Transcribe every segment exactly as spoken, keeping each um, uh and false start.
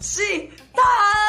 した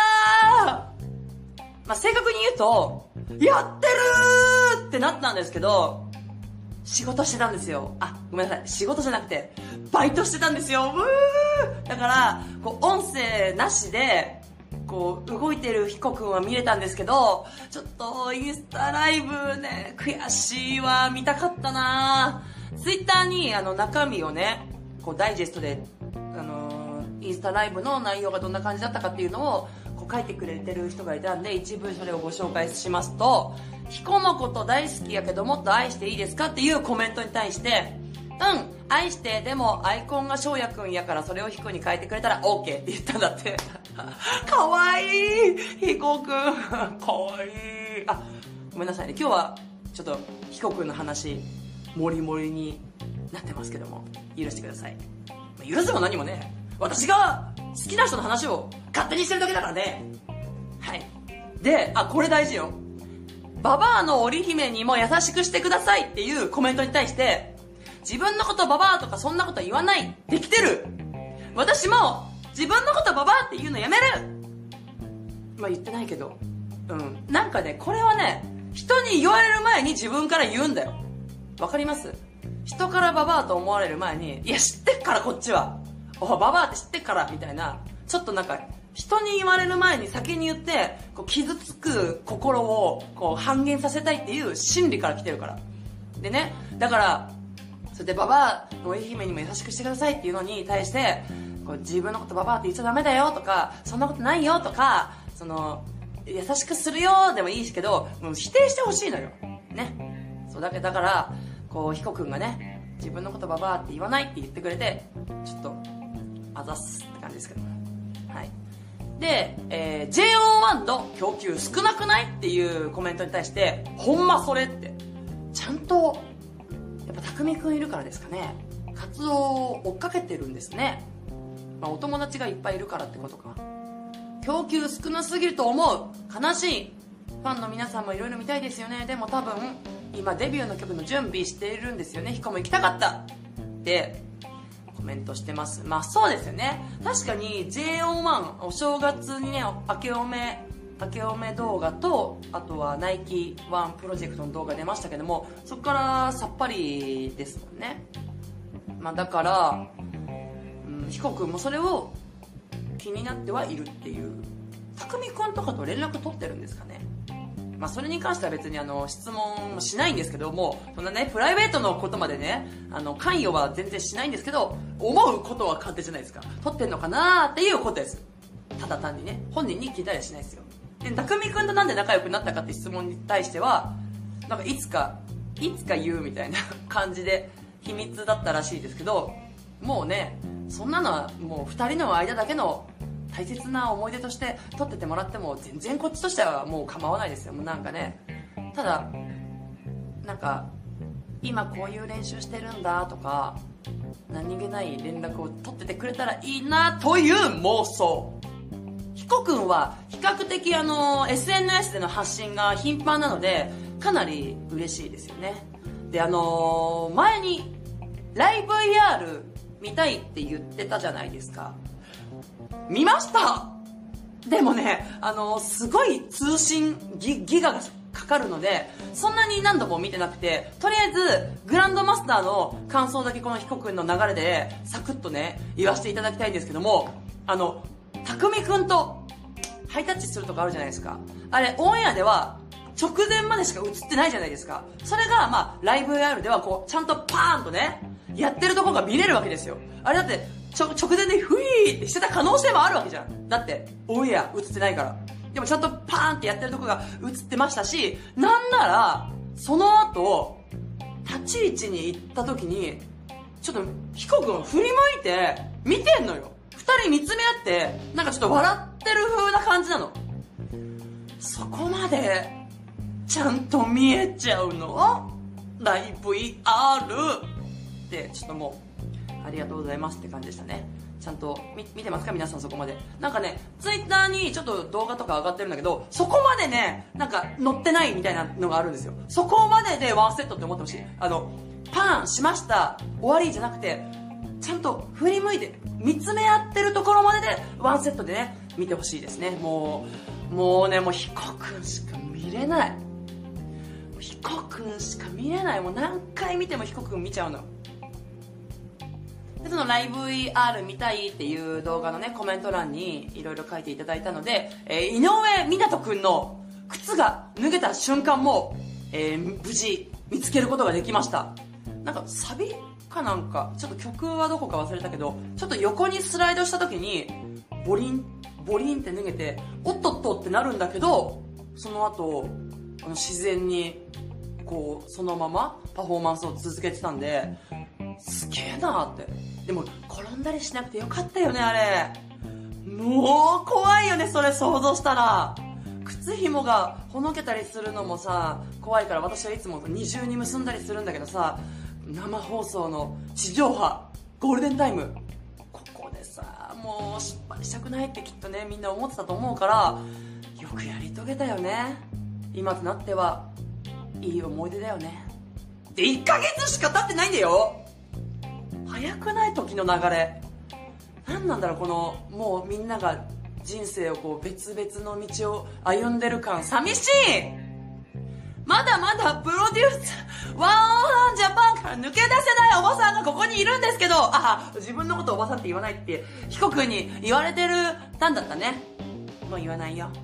まあ、正確に言うと、やってるーってなったんですけど、仕事してたんですよ。あ、ごめんなさい。仕事じゃなくて、バイトしてたんですよ。うーだから、こう、音声なしで、こう、動いてるヒコくんは見れたんですけど、ちょっと、インスタライブね、悔しいわ、見たかったなツイッターに、あの、中身をね、こう、ダイジェストで、あのー、インスタライブの内容がどんな感じだったかっていうのを、こう書いてくれてる人がいたんで、一部それをご紹介しますと、ヒコのこと大好きやけどもっと愛していいですかっていうコメントに対して、うん、愛して、でもアイコンが翔也くんやからそれをヒコに変えてくれたら OK って言ったんだって。かわいいヒコくん。かわいい。あ、ごめんなさいね。今日はちょっとヒコくんの話、もりもりになってますけども、許してください。許すも何もね、私が好きな人の話を勝手にしてるだけだからね。はい。で、あ、これ大事よ。ババアの織姫にも優しくしてくださいっていうコメントに対して、自分のことババアとかそんなこと言わない。できてる。私も自分のことババアって言うのやめる。まあ言ってないけど。うん。なんかね、これはね、人に言われる前に自分から言うんだよ。わかります？人からババアと思われる前に、いや知ってっからこっちは。おババアって知ってっからみたいな。ちょっとなんか、人に言われる前に先に言って、こう傷つく心をこう半減させたいっていう心理から来てるから。でね、だから、それでババアの愛媛にも優しくしてくださいっていうのに対して、こう自分のことババアって言っちゃダメだよとか、そんなことないよとか、その、優しくするよでもいいしけど、もう否定してほしいのよ。ね。そうだけだから、こう、ヒコくんがね、自分のことババアって言わないって言ってくれて、ちょっと、あざっすって感じですけど。はい。で、えー、ジェイオーワン の供給少なくないっていうコメントに対して、ほんまそれって、ちゃんと、やっぱ匠くんいるからですかね、活動を追っかけてるんですね。まあ、お友達がいっぱいいるからってことか。供給少なすぎると思う。悲しい。ファンの皆さんもいろいろ見たいですよね。でも多分、今デビューの曲の準備しているんですよね。ヒコも行きたかったってコメントしてます。まあそうですよね。確かに ジェイオーワン お正月にね、明けおめ明けおめ動画と、あとはナイキワンプロジェクトの動画出ましたけども、そこからさっぱりですもんね。まあだから、うん、ヒコ君もそれを気になってはいるっていう。匠君とかと連絡取ってるんですかね。まあそれに関しては別にあの質問もしないんですけども、そんなねプライベートのことまでね、あの関与は全然しないんですけど、思うことは勝手じゃないですか。取ってんのかなーっていうことです。ただ単にね、本人に聞いたりはしないですよ。で、匠君となんで仲良くなったかって質問に対しては、なんかいつかいつか言うみたいな感じで秘密だったらしいですけど、もうね、そんなのはもうふたりの間だけの大切な思い出として撮っててもらっても全然こっちとしてはもう構わないですよ。もうなんかね、ただなんか今こういう練習してるんだとか何気ない連絡を取っててくれたらいいなという妄想。ヒコくんは比較的あの エスエヌエス での発信が頻繁なのでかなり嬉しいですよね。で、あのー、前にライブ ブイアール 見たいって言ってたじゃないですか。見ました。でもね、あのー、すごい通信 ギ, ギガがかかるのでそんなに何度も見てなくて、とりあえずグランドマスターの感想だけこのヒコくんの流れでサクッとね言わせていただきたいんですけども、あの匠くんとハイタッチするとかあるじゃないですか。あれオンエアでは直前までしか映ってないじゃないですか。それがまあライブ ブイアール ではこうちゃんとパーンとねやってるところが見れるわけですよ。あれだってちょ直前でフイーってしてた可能性もあるわけじゃん。だってオンエア映ってないから。でもちゃんとパーンってやってるところが映ってましたし、なんならその後立ち位置に行った時にちょっとヒコ君振り向いて見てんのよ。二人見つめ合ってなんかちょっと笑ってる風な感じなの。そこまでちゃんと見えちゃうのライブ ブイアール ってちょっともうありがとうございますって感じでしたね。ちゃんと 見, 見てますか皆さん。そこまでなんかねツイッターにちょっと動画とか上がってるんだけど、そこまでねなんか載ってないみたいなのがあるんですよ。そこまででワンセットって思ってほしい。あのパンしました終わりじゃなくて、ちゃんと振り向いて見つめ合ってるところまででワンセットでね、見てほしいですね。もう、もうね、もうヒコくんしか見れない。ヒコくんしか見れない。もう何回見てもヒコくん見ちゃうの。で、そのライブ イーアール 見たいっていう動画のね、コメント欄にいろいろ書いていただいたので、えー、井上湊くんの靴が脱げた瞬間も、えー、無事見つけることができました。なんかサビかなんか、ちょっと曲はどこか忘れたけど、ちょっと横にスライドした時に、ボリン、ボリンって脱げて、おっとっとってなるんだけど、その後、あの自然に、こう、そのままパフォーマンスを続けてたんで、すげえなーって。でも、転んだりしなくてよかったよね、あれ。もう、怖いよね、それ想像したら。靴紐がほのけたりするのもさ、怖いから私はいつも二重に結んだりするんだけどさ、生放送の地上波、ゴールデンタイム、ここでさ、もう失敗したくないってきっとね、みんな思ってたと思うから、よくやり遂げたよね。今となっては、いい思い出だよね。で、いっかげつしか経ってないんだよ。早くない？時の流れ。何なんだろう、この、もうみんなが人生をこう別々の道を歩んでる感、寂しい。まだまだプロデュース、ワンオンワンジャパンから抜け出せないおばさんがここにいるんですけど、あ、自分のことおばさんって言わないって、ヒコ君に言われてるたんだったね。もう言わないよ。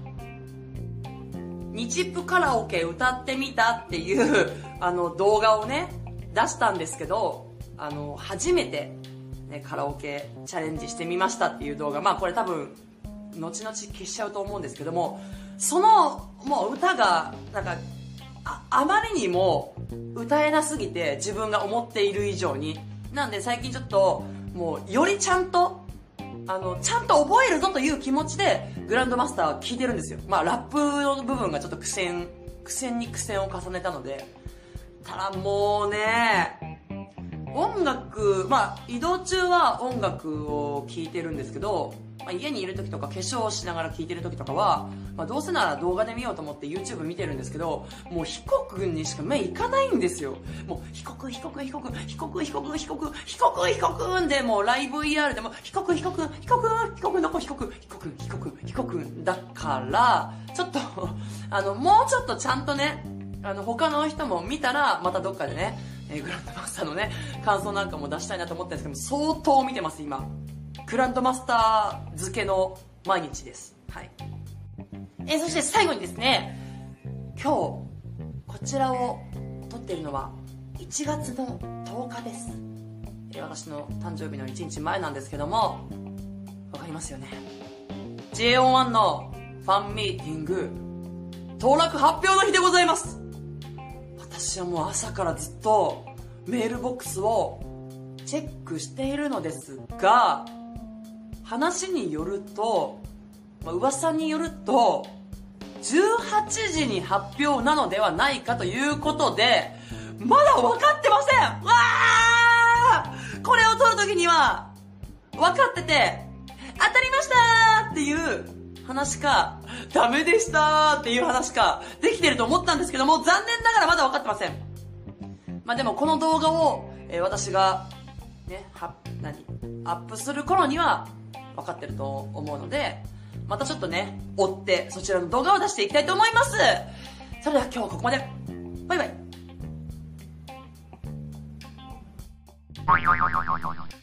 日プカラオケ歌ってみたっていう、あの動画をね、出したんですけど、あの、初めて、ね、カラオケチャレンジしてみましたっていう動画、まあこれ多分、後々消しちゃうと思うんですけども、その、もう歌が、なんか、あ, あまりにも歌えなすぎて自分が思っている以上になんで最近ちょっともうよりちゃんとあのちゃんと覚えるぞという気持ちでグランドマスターは聴いてるんですよ。まあラップの部分がちょっと苦戦苦戦に苦戦を重ねたので、ただもうね、音楽、まあ移動中は音楽を聴いてるんですけど、まあ、家にいる時とか化粧をしながら聴いてる時とかは、まあ、どうせなら動画で見ようと思って YouTube 見てるんですけど、もうヒコ君にしか目いかないんですよ。もうヒコ君ヒコ君ヒコ君ヒコ君ヒコ君ヒコ君ヒコ君ヒコ君で、もうライブ イーアール でもヒコ君ヒコ君ヒコ君ヒコ君どこヒコ君ヒコ君ヒコ君ヒコ君だからちょっとあのもうちょっとちゃんとね、あの他の人も見たらまたどっかでね、えー、グランドマスターのね感想なんかも出したいなと思ってるんですけど、相当見てます今。グランドマスター漬けの毎日です。はい。えー、そして最後にですね、今日こちらを撮っているのはいちがつのとおかです。えー、私の誕生日のいちにちまえなんですけども、わかりますよね。ジェイオーワン のファンミーティング当落発表の日でございます。私はもう朝からずっとメールボックスをチェックしているのですが、話によると、まあ、噂によるとじゅうはちじに発表なのではないかということで、まだ分かってません。わー、これを撮るときには分かってて、当たりましたーっていう話か、ダメでしたーっていう話かできてると思ったんですけども、残念ながらまだ分かってません。まあでもこの動画を、えー、私がね、は何アップする頃には分かってると思うので、またちょっとね追ってそちらの動画を出していきたいと思います。それでは今日はここまで。バイバイ。